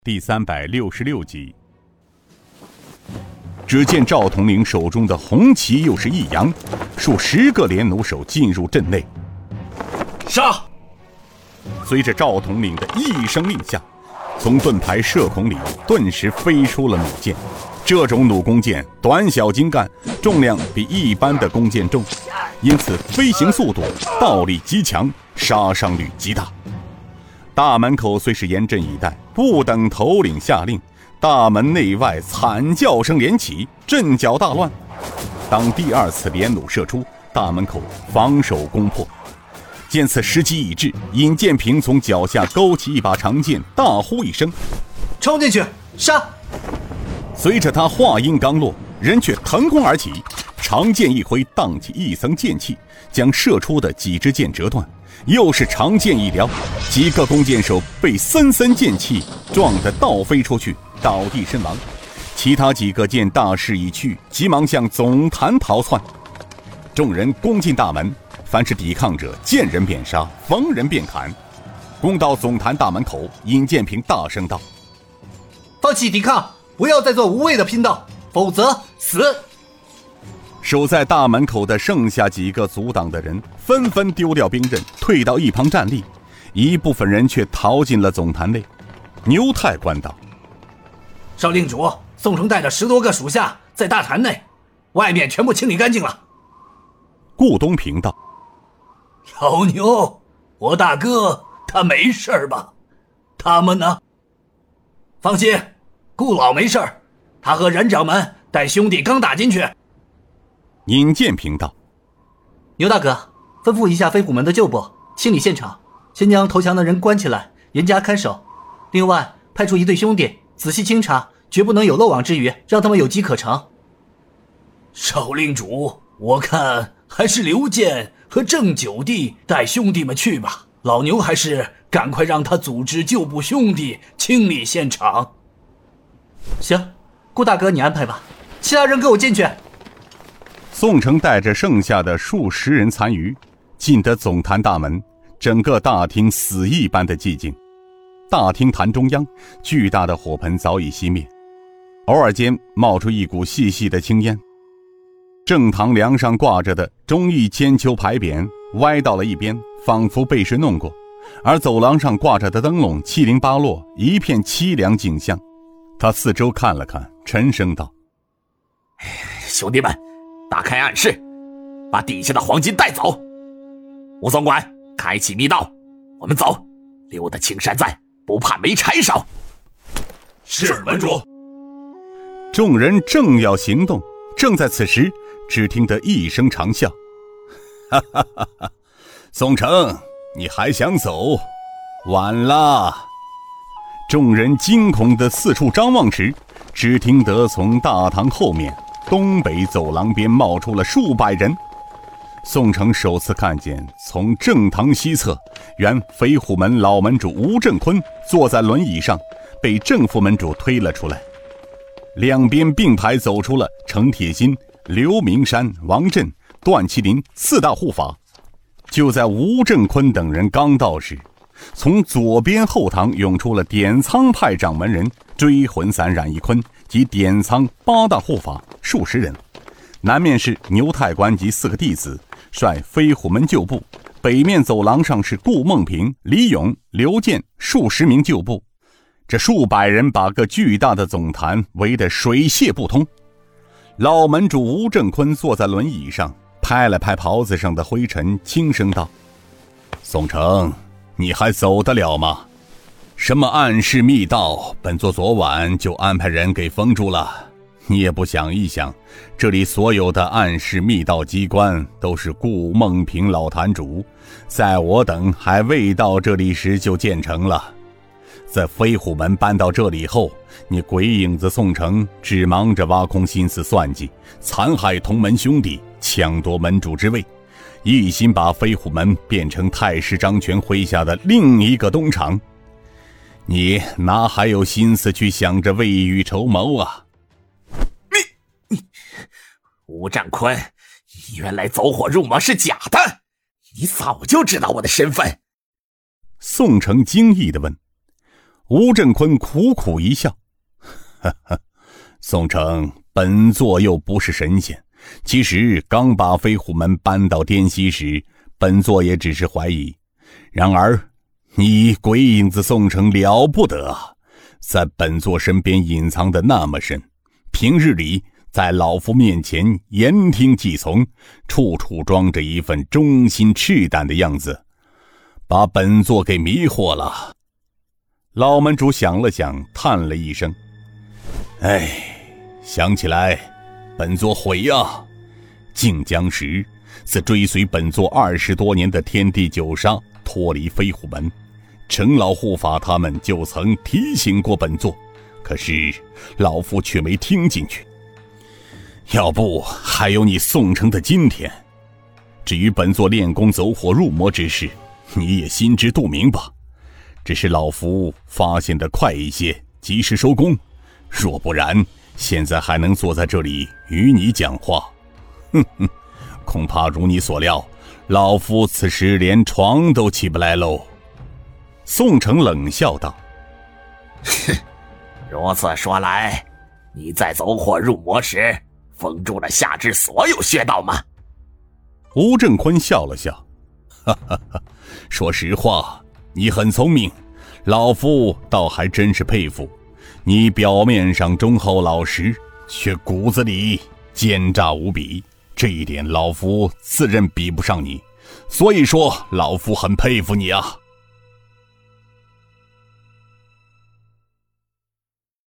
第366集。只见赵统领手中的红旗又是一扬，数10个连弩手进入阵内。 杀！ 随着赵统领的一声令下，从盾牌射孔里顿时飞出了弩箭。这种弩弓箭短小精干，重量比一般的弓箭重，因此飞行速度、倒力极强，杀伤率极大。大门口虽是严阵以待，不等头领下令，大门内外惨叫声连起，阵脚大乱。当第2次连弩射出，大门口防守攻破。见此时机已至，尹建平从脚下勾起一把长剑，大呼一声：“ 冲进去，杀！” 随着他话音刚落，人却腾空而起，长剑一挥，荡起一层剑气，将射出的几支箭折断。又是长剑一撩，几个弓箭手被森森剑气撞得倒飞出去，倒地身亡。其他几个见大势已去，急忙向总坛逃窜。众人攻进大门，凡是抵抗者，见人便杀，逢人便砍。攻到总坛大门口，尹建平大声道：“ 放弃抵抗，不要再做无谓的拼斗，否则死！” 守在大门口的剩下几个阻挡的人纷纷丢掉兵刃，退到一旁站立，一部分人却逃进了总坛内。牛太官道：“ 少令主，宋城带着10多个属下在大坛内，外面全部清理干净了。” 顾东平道：“ 老牛，我大哥他没事吧？他们呢？”“放心，顾老没事，他和任掌门带兄弟刚打进去。” 尹建平道：“ 牛大哥，吩咐一下飞虎门的旧部清理现场，先将投降的人关起来，严加看守。另外，派出1队兄弟仔细清查，绝不能有漏网之鱼，让他们有机可乘。”“ 少令主，我看还是刘健和郑九弟带兄弟们去吧。老牛还是赶快让他组织旧部兄弟清理现场。”“ 行，顾大哥你安排吧，其他人跟我进去。” 宋城带着剩下的数10人残余进得总坛大门，整个大厅死一般的寂静。大厅坛中央，巨大的火盆早已熄灭，偶尔间冒出一股细细的青烟。正堂梁上挂着的忠义千秋牌匾歪到了一边，仿佛被谁弄过，而走廊上挂着的灯笼七零八落，一片凄凉景象。他四周看了看，沉声道：“ 兄弟们，打开暗室，把底下的黄金带走。吴总管，开启密道，我们走，留得青山在，不怕没柴烧。”“ 是门主。” 众人正要行动，正在此时，只听得一声长啸：“哈哈哈哈！宋城，你还想走？晚了！”众人惊恐地四处张望时，只听得从大堂后面东北走廊边冒出了数百人。宋城首次看见从正堂西侧，原飞虎门老门主吴正坤坐在轮椅上，被正副门主推了出来。两边并排走出了程铁心、刘明山、王震、段麒麟4大护法。就在吴正坤等人刚到时，从左边后堂涌出了点苍派掌门人追魂散冉一坤及点苍8大护法数十人，南面是牛太官及4个弟子率飞虎门旧部，北面走廊上是顾梦平、李勇、刘健数十名旧部。这数百人把个巨大的总坛围得水泄不通。老门主吴正坤坐在轮椅上，拍了拍袍子上的灰尘，轻声道：“宋城，你还走得了吗？什么暗室密道，本座昨晚就安排人给封住了。你也不想一想，这里所有的暗室密道机关都是顾梦平老坛主在我等还未到这里时就建成了。在飞虎门搬到这里后，你鬼影子宋城只忙着挖空心思算计，残害同门兄弟，抢夺门主之位，一心把飞虎门变成太师张权麾下的另一个东厂。你哪还有心思去想着未雨绸缪啊？”“ 吴占坤，你原来走火入魔是假的，你早就知道我的身份。” 宋城惊异地问。 吴振坤苦苦一笑，哈哈，宋城，本座又不是神仙。其实刚把飞虎门搬到滇西时，本座也只是怀疑。然而你鬼影子宋城了不得啊，在本座身边隐藏的那么深，平日里在老夫面前言听计从，处处装着一份忠心赤胆的样子，把本座给迷惑了。老门主想了想，叹了一声，哎，想起来本座悔呀。靖江时自追随本座20多年的天地九杀脱离飞虎门，程老护法他们就曾提醒过本座，可是老夫却没听进去。要不还有你宋城的今天。至于本座练功走火入魔之事，你也心知肚明吧。只是老夫发现的快一些，及时收工，若不然现在还能坐在这里与你讲话。哼哼，恐怕如你所料，老夫此时连床都起不来喽。宋城冷笑道， 哼，如此说来，你在走火入魔时封住了下肢所有穴道吗？ 吴振坤笑了笑，哈哈哈，说实话，你很聪明，老夫倒还真是佩服。你表面上忠厚老实，却骨子里奸诈无比，这一点老夫自认比不上你，所以说老夫很佩服你啊。